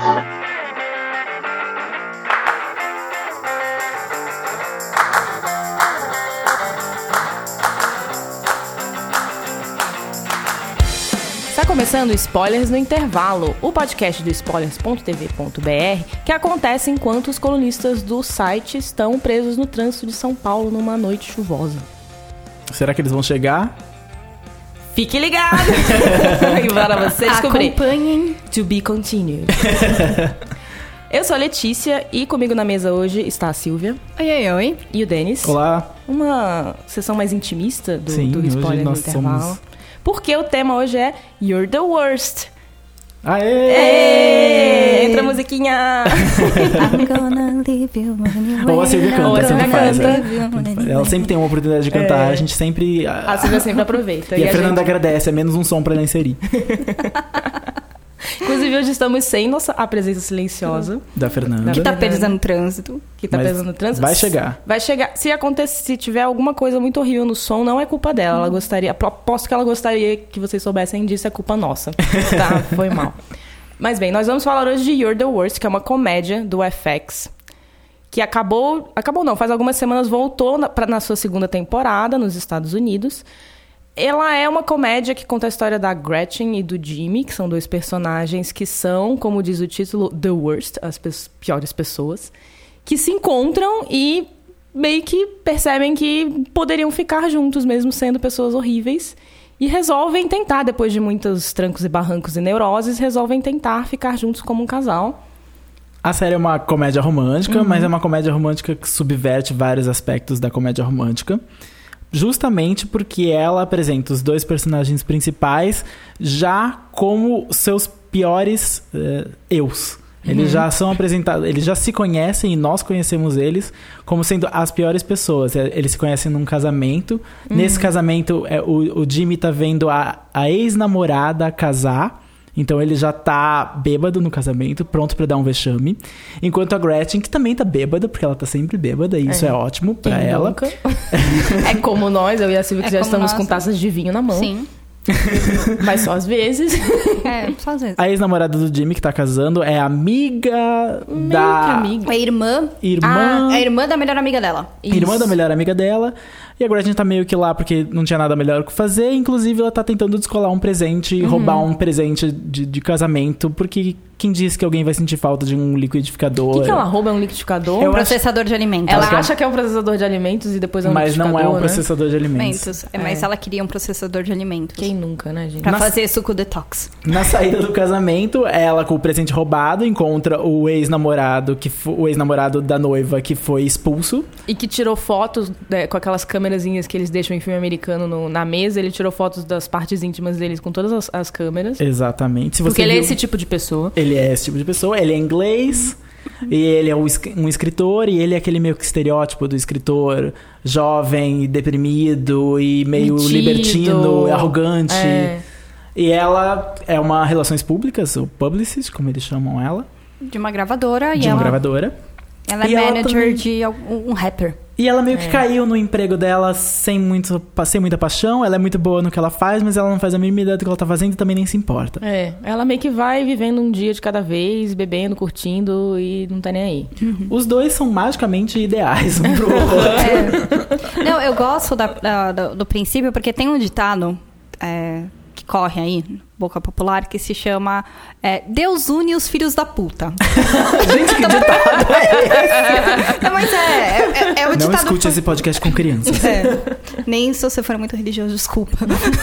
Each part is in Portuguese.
Está começando Spoilers no Intervalo, o podcast do spoilers.tv.br, que acontece enquanto os colunistas do site estão presos no trânsito de São Paulo numa noite chuvosa. Será que eles vão chegar? Fique ligado! E para você descobrir. Acompanhem. To be continued. Eu sou a Letícia e comigo na mesa hoje está a Silvia. Oi. E o Denis. Olá. Uma sessão mais intimista do Sim, Spoilers hoje no nós Intervalo. somos... Porque o tema hoje é You're the Worst. Aê! Entra a musiquinha! I'm gonna leave you anyway. Ou a Silvia canta, Ou a sempre Silvia faz. canta. Ela sempre tem uma oportunidade de cantar, a gente sempre... A Silvia sempre aproveita. E a Fernanda gente... agradece, é menos um som pra ela inserir. Inclusive, hoje estamos sem a presença silenciosa. Da Fernanda. Que tá perdendo no trânsito. Que tá Mas pesando no trânsito. vai chegar. Vai chegar. Se tiver alguma coisa muito horrível no som, não é culpa dela. Ela gostaria... Aposto que ela gostaria que vocês soubessem disso, é culpa nossa. Tá? Foi mal. Mas bem, nós vamos falar hoje de You're the Worst, que é uma comédia do FX. Que acabou não, faz algumas semanas voltou na sua segunda temporada nos Estados Unidos. Ela é uma comédia que conta a história da Gretchen e do Jimmy, que são dois personagens que são, como diz o título, the worst, as piores pessoas, que se encontram e meio que percebem que poderiam ficar juntos, mesmo sendo pessoas horríveis, e resolvem tentar, depois de muitos trancos e barrancos e neuroses, resolvem tentar ficar juntos como um casal. A série é uma comédia romântica, mas é uma comédia romântica que subverte vários aspectos da comédia romântica. Justamente porque ela apresenta os dois personagens principais já como seus piores eus. Eles já são apresentados, eles já se conhecem e nós conhecemos eles como sendo as piores pessoas. Eles se conhecem num casamento. Nesse casamento, o Jimmy tá vendo a ex-namorada casar. Então ele já tá bêbado no casamento, pronto pra dar um vexame. Enquanto a Gretchen, que também tá bêbada, porque ela tá sempre bêbada, e isso é ótimo pra ela. Nunca? É como nós, eu e a Silvia, que já estamos com taças de vinho na mão. Sim. Mas só às vezes. Só às vezes. A ex-namorada do Jimmy, que tá casando, é amiga da... amiga. É irmã. Irmã... É a irmã da melhor amiga dela. Irmã da melhor amiga dela. E a Gretchen tá meio que lá porque não tinha nada melhor o que fazer. Inclusive, ela tá tentando descolar um presente, roubar um presente de casamento. Porque quem disse que alguém vai sentir falta de um liquidificador? O que ela rouba? É um liquidificador? Eu Processador de alimentos. Ela acha que é um processador de alimentos e depois é um Mas liquidificador, não é um né? processador de alimentos. Mas ela queria um processador de alimentos. Quem nunca, né, gente? Pra fazer suco detox. Na saída do casamento, ela com o presente roubado encontra o ex-namorado, o ex-namorado da noiva que foi expulso. E que tirou fotos com aquelas câmerazinhas que eles deixam em filme americano na mesa. Ele tirou fotos das partes íntimas deles com todas as câmeras. Exatamente. Se você Porque ele é viu, esse tipo de pessoa. Ele é esse tipo de pessoa. Ele é inglês. E ele é um escritor. E ele é aquele meio que estereótipo do escritor jovem, deprimido e meio Metido. libertino, arrogante. É. E ela é uma relações públicas, o publicist, como eles chamam ela. De uma gravadora. De e uma ela, gravadora. ela E é ela manager também- de um rapper. E ela meio que caiu no emprego dela sem muita paixão. Ela é muito boa no que ela faz, mas ela não faz a mínima ideia do que ela tá fazendo e também nem se importa. Ela meio que vai vivendo um dia de cada vez, bebendo, curtindo e não tá nem aí. Os dois são magicamente ideais um pro outro. Não, eu gosto do princípio, porque tem um ditado que corre aí, boca popular, que se chama Deus une os filhos da puta. Gente, que ditado é esse? Não, mas é o Não ditado... escute esse podcast com crianças. Nem se você for muito religioso, desculpa.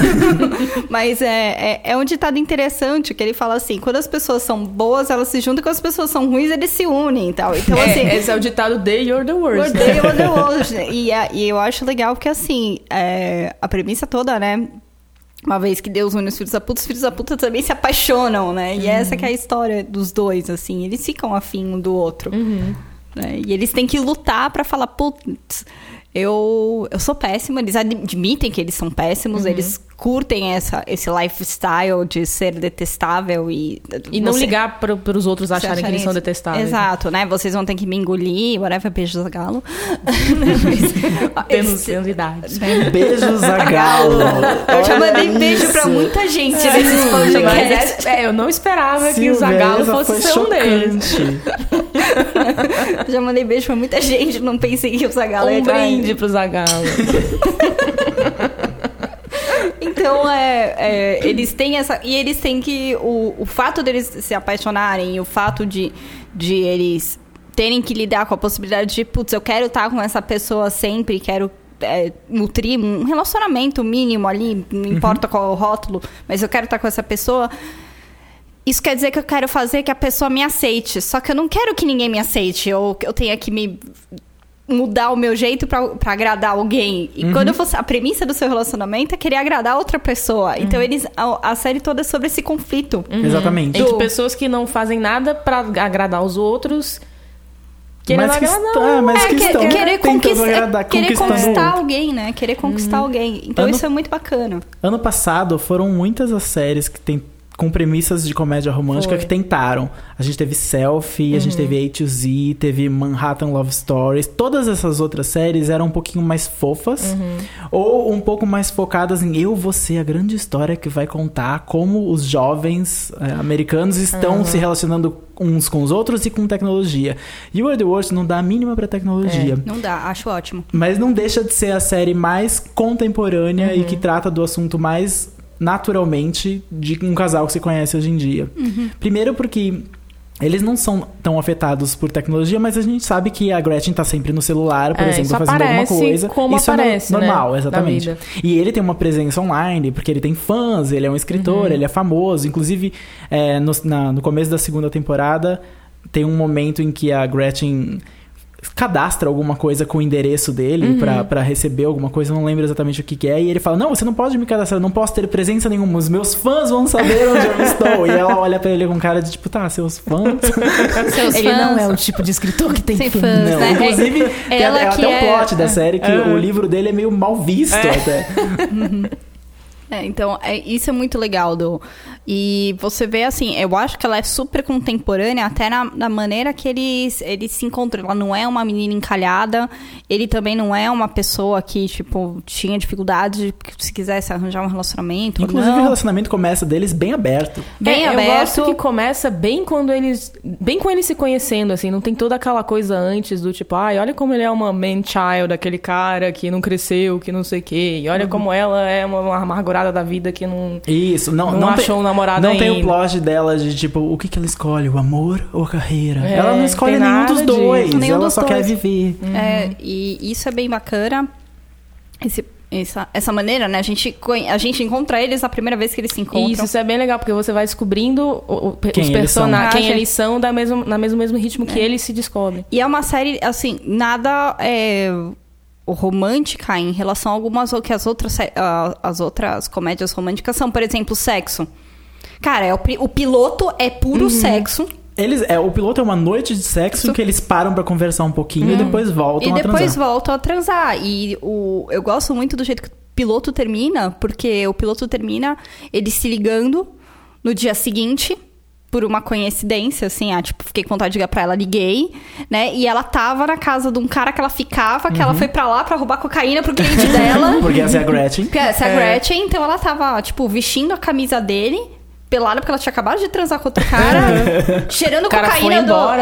Mas é um ditado interessante, que ele fala assim, quando as pessoas são boas, elas se juntam, quando as pessoas são ruins, eles se unem e tal. Então, assim... Esse é o ditado de You're the Worst. Odeio the worst. E eu acho legal porque, assim, a premissa toda, né? Uma vez que Deus une os filhos da puta também se apaixonam, né? E essa que é a história dos dois, assim. Eles ficam afim um do outro. Né? E eles têm que lutar pra falar, putz, Eu sou péssima, eles admitem que eles são péssimos, eles curtem esse lifestyle de ser detestável e não ligar para os outros acharem que eles são detestáveis. Exato, né? Vocês vão ter que me engolir, whatever, beijos a galo. Denunciando idade. Beijos a galo. Eu já mandei beijo pra muita gente nesses podcasts. Eu não esperava que o Zagalo fosse ser um deles. Já mandei beijo pra muita gente, não pensei que o Zagalo ia entrar. Um brinde pro Zagalo. Então, eles têm essa... E eles têm que... O fato deles se apaixonarem e o fato de eles terem que lidar com a possibilidade de... Putz, eu quero estar com essa pessoa sempre, quero nutrir um relacionamento mínimo ali, não importa qual é o rótulo, mas eu quero estar com essa pessoa... Isso quer dizer que eu quero fazer que a pessoa me aceite. Só que eu não quero que ninguém me aceite. Ou que eu tenha que me mudar o meu jeito pra agradar alguém. E quando a premissa do seu relacionamento é querer agradar outra pessoa. Então, a série toda é sobre esse conflito. Exatamente. Entre pessoas que não fazem nada pra agradar os outros... Mas que estão querer conquistar outro. alguém, né? Querer conquistar alguém. Então, isso é muito bacana. Ano passado, foram muitas as séries que tem... com premissas de comédia romântica que tentaram. A gente teve Selfie, a gente teve A to Z, teve Manhattan Love Stories. Todas essas outras séries eram um pouquinho mais fofas ou um pouco mais focadas em eu vou ser a grande história que vai contar como os jovens americanos estão se relacionando uns com os outros e com tecnologia. You Are The Worst não dá a mínima pra tecnologia. Não dá, acho ótimo. Mas não deixa de ser a série mais contemporânea e que trata do assunto mais... naturalmente de um casal que se conhece hoje em dia. Primeiro porque eles não são tão afetados por tecnologia, mas a gente sabe que a Gretchen tá sempre no celular, por exemplo, fazendo alguma coisa. Como isso aparece, é normal, né? exatamente. E ele tem uma presença online, porque ele tem fãs, ele é um escritor, ele é famoso. Inclusive, no começo da segunda temporada, tem um momento em que a Gretchen... cadastra alguma coisa com o endereço dele pra receber alguma coisa, não lembro exatamente o que é, e ele fala, não, você não pode me cadastrar, não posso ter presença nenhuma, os meus fãs vão saber onde eu estou. E ela olha pra ele com cara de tipo, tá, seus fãs? Ele não é o tipo de escritor que tem fãs, não, né? Inclusive, tem até o plot da série que o livro dele é meio mal visto até. Então, isso é muito legal, e você vê, assim, eu acho que ela é super contemporânea até na maneira que eles se encontram. Ela não é uma menina encalhada, ele também não é uma pessoa que, tipo, tinha dificuldade se quisesse arranjar um relacionamento. Inclusive, o relacionamento começa deles bem aberto. Eu gosto que começa bem com eles se conhecendo, assim, não tem toda aquela coisa antes do tipo, olha como ele é uma man child, aquele cara que não cresceu, que não sei o quê, e olha como ela é uma amargurada da vida que não achou um namorado ainda. Não tem o plot dela de tipo, o que ela escolhe, o amor ou a carreira? Ela não escolhe nenhum dos dois, ela só quer viver. E isso é bem bacana, essa maneira, né? A gente encontra eles a primeira vez que eles se encontram. Isso é bem legal, porque você vai descobrindo os personagens, quem eles são, no mesmo ritmo que eles se descobrem. E é uma série, assim, nada... romântica em relação a algumas que as outras comédias românticas são, por exemplo, sexo. Cara, o piloto é puro sexo. O piloto é uma noite de sexo em que eles param pra conversar um pouquinho e depois voltam a transar. E eu gosto muito do jeito que o piloto termina, porque o piloto termina eles se ligando no dia seguinte, por uma coincidência, assim, tipo, fiquei com vontade de ligar pra ela, liguei, né? E ela tava na casa de um cara que ela ficava, que ela foi pra lá pra roubar cocaína pro cliente dela. Porque essa é a Gretchen. Gretchen, então ela tava, tipo, vestindo a camisa dele, pelada, porque ela tinha acabado de transar com outro cara, cheirando cocaína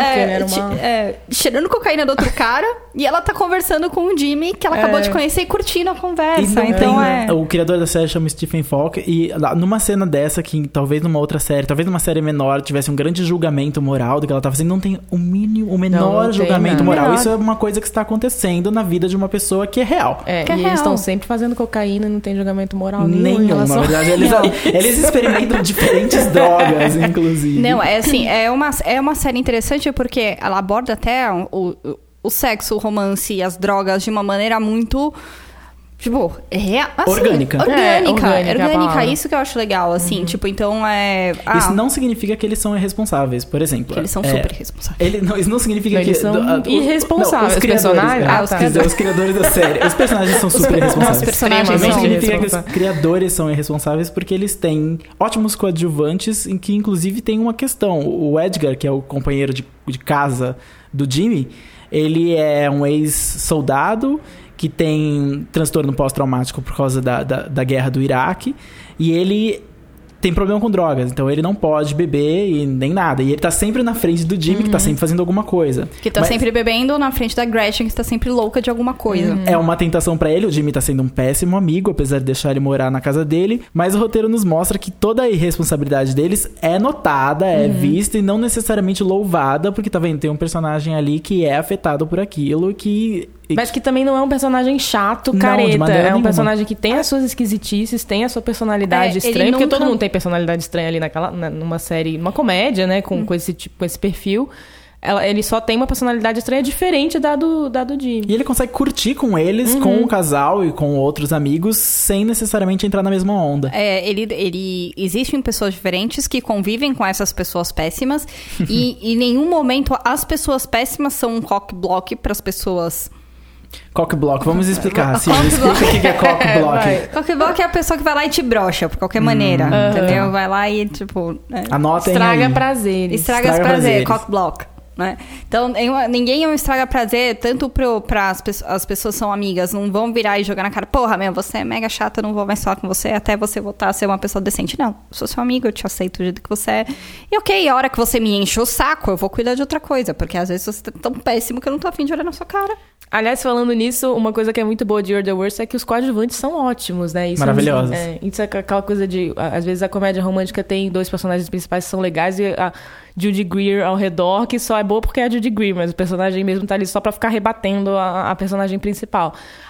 cheirando cocaína do outro cara, e ela tá conversando com o Jimmy, que ela acabou de conhecer, e curtindo a conversa. O criador da série chama Stephen Falk, e numa cena dessa, que talvez numa outra série, talvez numa série menor, tivesse um grande julgamento moral do que ela tá fazendo, não tem o menor julgamento moral. Isso é uma coisa que está acontecendo na vida de uma pessoa que é real. Eles estão sempre fazendo cocaína e não tem julgamento moral nenhum. Na verdade, eles experimentam diferentes drogas, inclusive. Não, assim, é uma série interessante porque ela aborda até o sexo, o romance e as drogas de uma maneira muito Tipo, assim, Orgânica. Orgânica, isso que eu acho legal, assim, tipo, então Isso não significa que eles são irresponsáveis, por exemplo. Que eles são super irresponsáveis. Isso não significa eles são irresponsáveis. Os personagens... os os criadores da série. Os personagens são super irresponsáveis. Os personagens não são significa que os criadores são irresponsáveis, porque eles têm ótimos coadjuvantes, em que, inclusive, tem uma questão. O Edgar, que é o companheiro de casa do Jimmy, ele é um ex-soldado que tem transtorno pós-traumático por causa da guerra do Iraque, e ele tem problema com drogas, então ele não pode beber e nem nada. E ele tá sempre na frente do Jimmy, que tá sempre fazendo alguma coisa. Que tá sempre bebendo na frente da Gretchen, que tá sempre louca de alguma coisa. É uma tentação pra ele, o Jimmy tá sendo um péssimo amigo, apesar de deixar ele morar na casa dele, mas o roteiro nos mostra que toda a irresponsabilidade deles é notada, é vista e não necessariamente louvada, porque tá vendo, tem um personagem ali que é afetado por aquilo, mas que também não é um personagem chato, careta. É um personagem que tem as suas esquisitices, tem a sua personalidade estranha, porque todo mundo tem personalidade estranha ali numa série, numa comédia, né, com esse perfil. Ele só tem uma personalidade estranha diferente da do Jimmy. E ele consegue curtir com eles, com o casal e com outros amigos, sem necessariamente entrar na mesma onda. Existem pessoas diferentes que convivem com essas pessoas péssimas e em nenhum momento as pessoas péssimas são um cock-block para as pessoas... Cock-block, vamos explicar. Sim, explica o que é cock-block. Cock-block é a pessoa que vai lá e te brocha, por qualquer maneira, entendeu? Vai lá e, tipo... Anotem estraga aí. prazeres. Estraga prazeres, cock-block. Né? Então, ninguém é um estraga prazer, tanto para as pessoas são amigas, não vão virar e jogar na cara, porra, você é mega chata, eu não vou mais falar com você até você voltar a ser uma pessoa decente. Não, eu sou seu amigo, eu te aceito do jeito que você é. E ok, a hora que você me enche o saco, eu vou cuidar de outra coisa, porque às vezes você tá tão péssimo que eu não tô afim de olhar na sua cara. Aliás, falando nisso, uma coisa que é muito boa de You're the Worst é que os coadjuvantes são ótimos, né? Maravilhosos. Isso é aquela coisa de... Às vezes a comédia romântica tem dois personagens principais que são legais e a Judy Greer ao redor, que só é boa porque é a Judy Greer, mas o personagem mesmo tá ali só pra ficar rebatendo a personagem principal.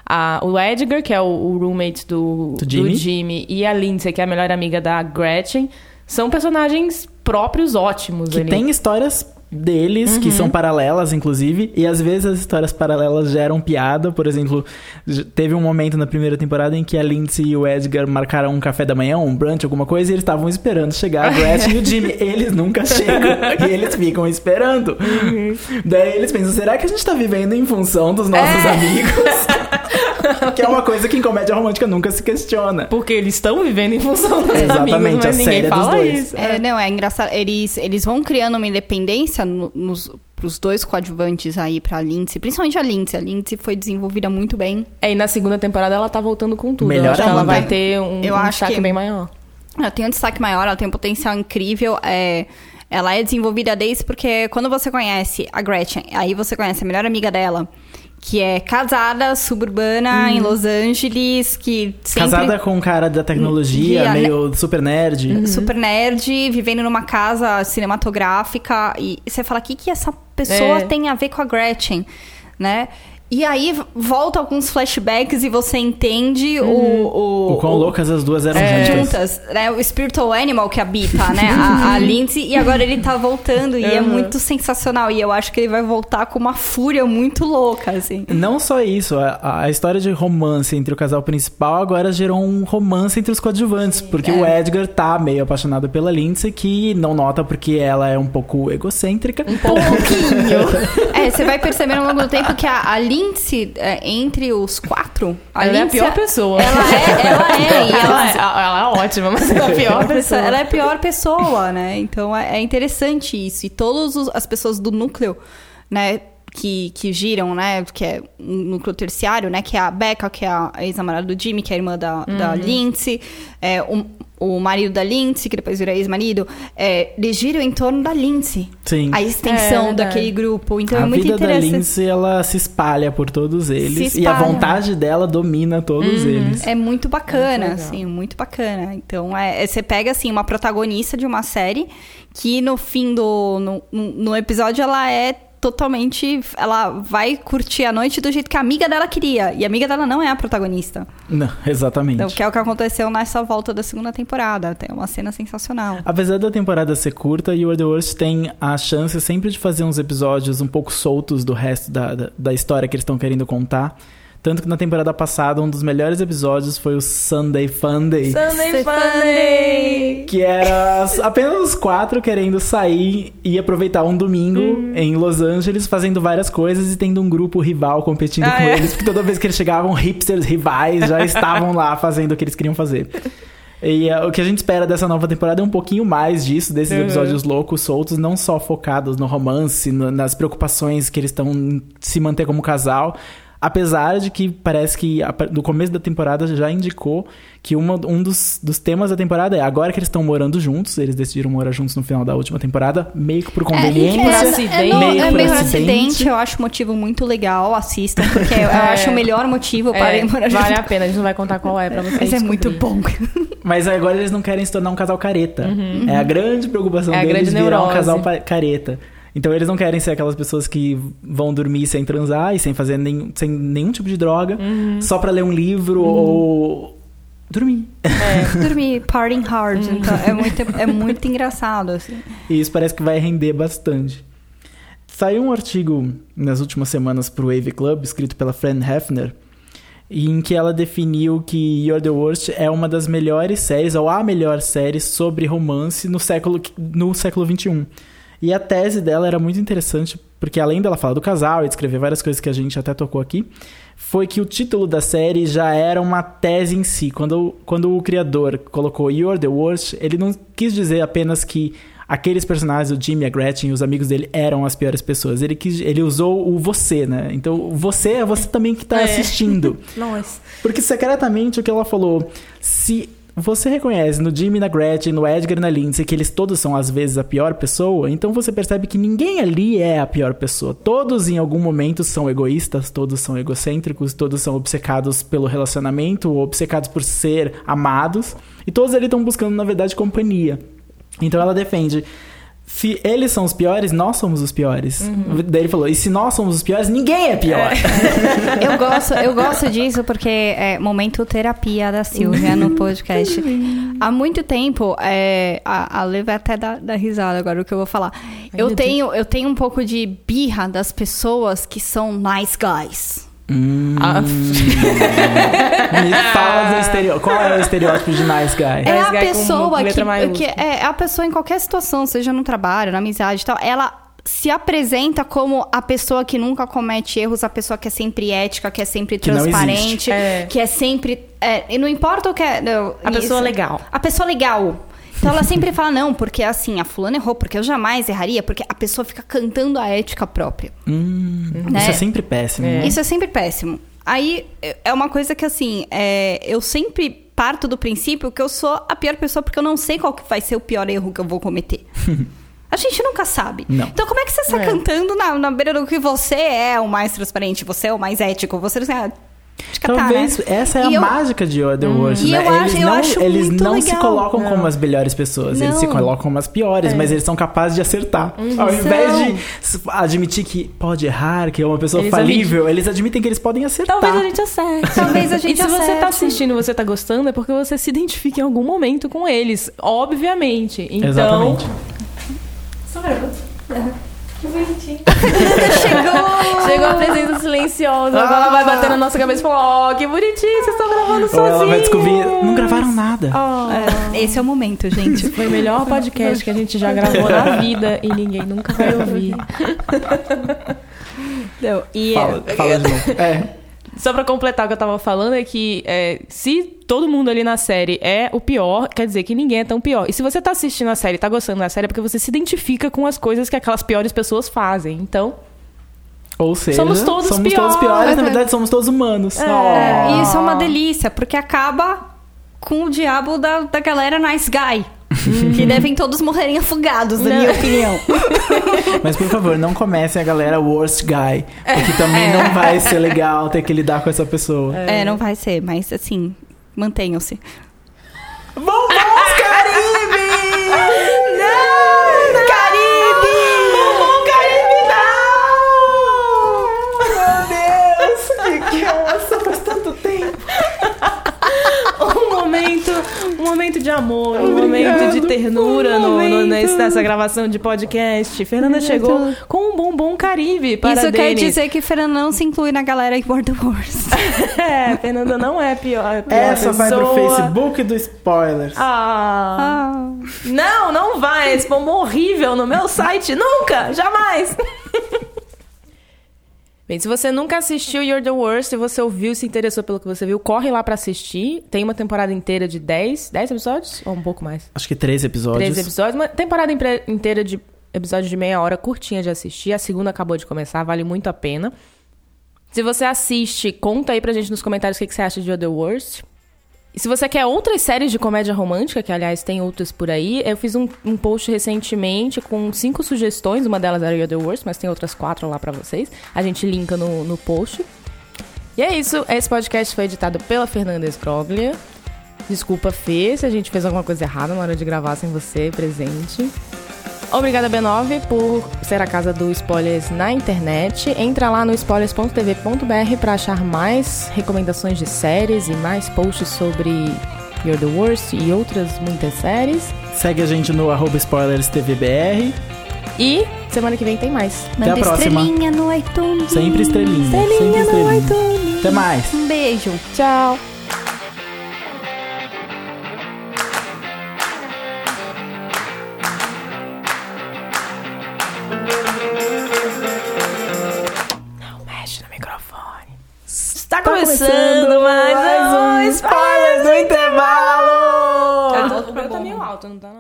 O Edgar, que é o roommate do Jimmy, e a Lindsay, que é a melhor amiga da Gretchen, são personagens próprios ótimos. Que tem histórias deles, que são paralelas, inclusive, e às vezes as histórias paralelas geram piada. Por exemplo, teve um momento na primeira temporada em que a Lindsay e o Edgar marcaram um café da manhã, um brunch, alguma coisa, e eles estavam esperando chegar a Gretchen e o Jimmy. Eles nunca chegam, e eles ficam esperando. Daí eles pensam, será que a gente tá vivendo em função dos nossos amigos? Que é uma coisa que em comédia romântica nunca se questiona. Porque eles estão vivendo em função dos amigos, exatamente, mas ninguém fala isso. É engraçado. Eles vão criando uma independência pros dois coadjuvantes aí, pra Lindsay. Principalmente a Lindsay. A Lindsay foi desenvolvida muito bem. E na segunda temporada ela tá voltando com tudo. Melhor eu acho que ela ainda. vai ter um destaque bem maior. Ela tem um destaque maior, ela tem um potencial incrível. Ela é desenvolvida desde porque quando você conhece a Gretchen, aí você conhece a melhor amiga dela, que é casada, suburbana, em Los Angeles, que sempre... Casada com um cara da tecnologia, meio super nerd. Super nerd, vivendo numa casa cinematográfica. E você fala, o que essa pessoa tem a ver com a Gretchen, né? E aí volta alguns flashbacks e você entende o quão loucas as duas eram juntas, né? O spiritual animal que habita, né? A Lindsay, e agora ele tá voltando e é muito sensacional. E eu acho que ele vai voltar com uma fúria muito louca, assim. Não só isso, a história de romance entre o casal principal agora gerou um romance entre os coadjuvantes, porque o Edgar tá meio apaixonado pela Lindsay, que não nota porque ela é um pouco egocêntrica. Um pouquinho. Você vai percebendo ao longo do tempo que a Lindsay, entre os quatro... Ela é a pior pessoa. Ela é ótima, mas ela é a pior pessoa. Ela é a pior pessoa, né? Então é interessante isso. E todas as pessoas do núcleo, né, que giram, né, que é um núcleo terciário, né, que é a Becca, que é a ex-namorada do Jimmy, que é a irmã da Lindsay, o marido da Lindsay, que depois vira ex-marido, eles giram em torno da Lindsay. Sim. A extensão daquele grupo. Então é muito interessante. A vida da Lindsay, ela se espalha por todos eles. E a vontade dela domina todos eles. É muito bacana, assim, muito bacana. Então, você pega, assim, uma protagonista de uma série que no fim no episódio ela é totalmente... Ela vai curtir a noite do jeito que a amiga dela queria. E a amiga dela não é a protagonista. Não, exatamente. Então, que é o que aconteceu nessa volta da segunda temporada. Tem uma cena sensacional. Apesar da temporada ser curta, You're the Worst tem a chance sempre de fazer uns episódios um pouco soltos do resto da história que eles estão querendo contar. Tanto que na temporada passada, um dos melhores episódios foi o Sunday Funday. Sunday Funday! Que era apenas os 4 querendo sair e aproveitar um domingo em Los Angeles, fazendo várias coisas e tendo um grupo rival competindo com eles. Porque toda vez que eles chegavam, hipsters rivais já estavam lá fazendo o que eles queriam fazer. E o que a gente espera dessa nova temporada é um pouquinho mais disso, desses episódios loucos, soltos, não só focados no romance, nas preocupações que eles estão em se manter como casal. Apesar de que parece que no começo da temporada já indicou que um dos temas da temporada é agora que eles estão morando juntos, eles decidiram morar juntos no final da última temporada, meio que por conveniência. Meio por acidente, eu acho um motivo muito legal, assistam, porque eu acho o melhor motivo para ir morar juntos. Vale a pena, a gente não vai contar qual é pra vocês. Mas é muito bom. Mas agora eles não querem se tornar um casal careta. É a grande preocupação deles virar um casal careta. Então eles não querem ser aquelas pessoas que vão dormir sem transar e sem fazer sem nenhum tipo de droga, só pra ler um livro ou dormir. Dormir, partying hard. Então é muito engraçado, assim. E isso parece que vai render bastante. Saiu um artigo nas últimas semanas pro Wave Club, escrito pela Fran Hefner, em que ela definiu que You're the Worst é uma das melhores séries, ou a melhor série sobre romance no século XXI. E a tese dela era muito interessante, porque além dela falar do casal e descrever várias coisas que a gente até tocou aqui, foi que o título da série já era uma tese em si. Quando o criador colocou You're the Worst, ele não quis dizer apenas que aqueles personagens, o Jimmy, a Gretchen e os amigos dele eram as piores pessoas. Ele usou o você, né? Então, você é você também que tá assistindo. Nossa. Porque secretamente o que ela falou, se você reconhece no Jimmy, na Gretchen, no Edgar e na Lindsay que eles todos são, às vezes, a pior pessoa, então você percebe que ninguém ali é a pior pessoa. Todos, em algum momento, são egoístas, todos são egocêntricos, todos são obcecados pelo relacionamento, ou obcecados por ser amados, e todos ali estão buscando, na verdade, companhia. Então ela defende, se eles são os piores, nós somos os piores. Daí ele falou, e se nós somos os piores, ninguém é pior. Eu gosto disso porque é momento terapia da Silvia no podcast. Há muito tempo, a Lê vai até dar risada agora o que eu vou falar. Eu tenho um pouco de birra das pessoas que são nice guys. Me fala do estereótipo. Qual é o estereótipo de nice guy? É a pessoa que é a pessoa em qualquer situação, seja no trabalho, na amizade e tal, ela se apresenta como a pessoa que nunca comete erros, a pessoa que é sempre ética, que é sempre transparente, que é sempre... e não importa o que é... A pessoa legal. A pessoa legal. Então ela sempre fala, não, porque assim, a fulana errou, porque eu jamais erraria, porque a pessoa fica cantando a ética própria. Né? Isso é sempre péssimo. Isso é sempre péssimo. Aí, é uma coisa que assim, eu sempre parto do princípio que eu sou a pior pessoa, porque eu não sei qual que vai ser o pior erro que eu vou cometer. A gente nunca sabe. Não. Então, como é que você está cantando na beira do que você é o mais transparente, você é o mais ético, você não Talvez essa é a mágica de You're the Worst, né? Eles não se colocam como as melhores pessoas, eles se colocam como as piores, mas eles são capazes de acertar. Ao invés de admitir que pode errar, que é uma pessoa falível, eles admitem que eles podem acertar. Talvez a gente acerte. Talvez a gente E se você tá assistindo e você tá gostando, é porque você se identifica em algum momento com eles, obviamente. Então... Exatamente. Que bonitinho. Chegou a presença silenciosa. Ela vai bater na nossa cabeça e falar: que bonitinho, vocês estão gravando sozinhos. Ou ela vai descobrir, não gravaram nada. Esse é o momento, gente. Foi o melhor podcast que a gente já gravou na vida e ninguém nunca vai ouvir. Não, Fala de novo. Só pra completar o que eu tava falando, é que se todo mundo ali na série é o pior, quer dizer que ninguém é tão pior. E se você tá assistindo a série e tá gostando da série, é porque você se identifica com as coisas que aquelas piores pessoas fazem. Então... Ou seja, somos todos piores. Na verdade, somos todos humanos. E isso é uma delícia, porque acaba com o diabo da galera nice guy. Que devem todos morrerem afogados, na minha opinião. Mas, por favor, não comecem a galera worst guy. Porque também não vai ser legal ter que lidar com essa pessoa. Não vai ser, mas assim, mantenham-se. Vamos, Caribe! Não! Caribe! Vamos, Caribe, não! Meu Deus! Que essa faz tanto tempo! Um momento de amor, um momento de ternura nessa gravação de podcast. Fernanda chegou com um bumbum Caribe para Isso quer Denis. dizer que Fernanda não se inclui na galera que World of Wars. Fernanda não é pior Essa vai pro pessoa. Facebook do Spoilers. Não vai. Esse pomo horrível no meu site. Nunca, jamais. Bem, se você nunca assistiu You're the Worst, se você ouviu e se interessou pelo que você viu, corre lá pra assistir. Tem uma temporada inteira de 10 episódios? Ou um pouco mais? Acho que 13 episódios. 13 episódios. Uma temporada inteira de episódios de meia hora, curtinha de assistir. A segunda acabou de começar, vale muito a pena. Se você assiste, conta aí pra gente nos comentários o que você acha de You're the Worst. E se você quer outras séries de comédia romântica, que aliás tem outras por aí, eu fiz um post recentemente com 5 sugestões, uma delas era You're the Worst, mas tem outras 4 lá pra vocês. A gente linka no post. E é isso, esse podcast foi editado pela Fernanda Scroglia. Desculpa, Fê, se a gente fez alguma coisa errada na hora de gravar sem você presente. Obrigada, B9, por ser a casa do Spoilers na internet. Entra lá no spoilers.tv.br para achar mais recomendações de séries e mais posts sobre You're the Worst e outras muitas séries. Segue a gente no @spoilerstvbr. E semana que vem tem mais. Até a próxima. Estrelinha no iTunes. Sempre estrelinha. Estrelinha Sempre no estrelinha. iTunes. Até mais. Um beijo. Tchau. Está começando mais um Spoilers no intervalo! O meu tá meio alto, não tá?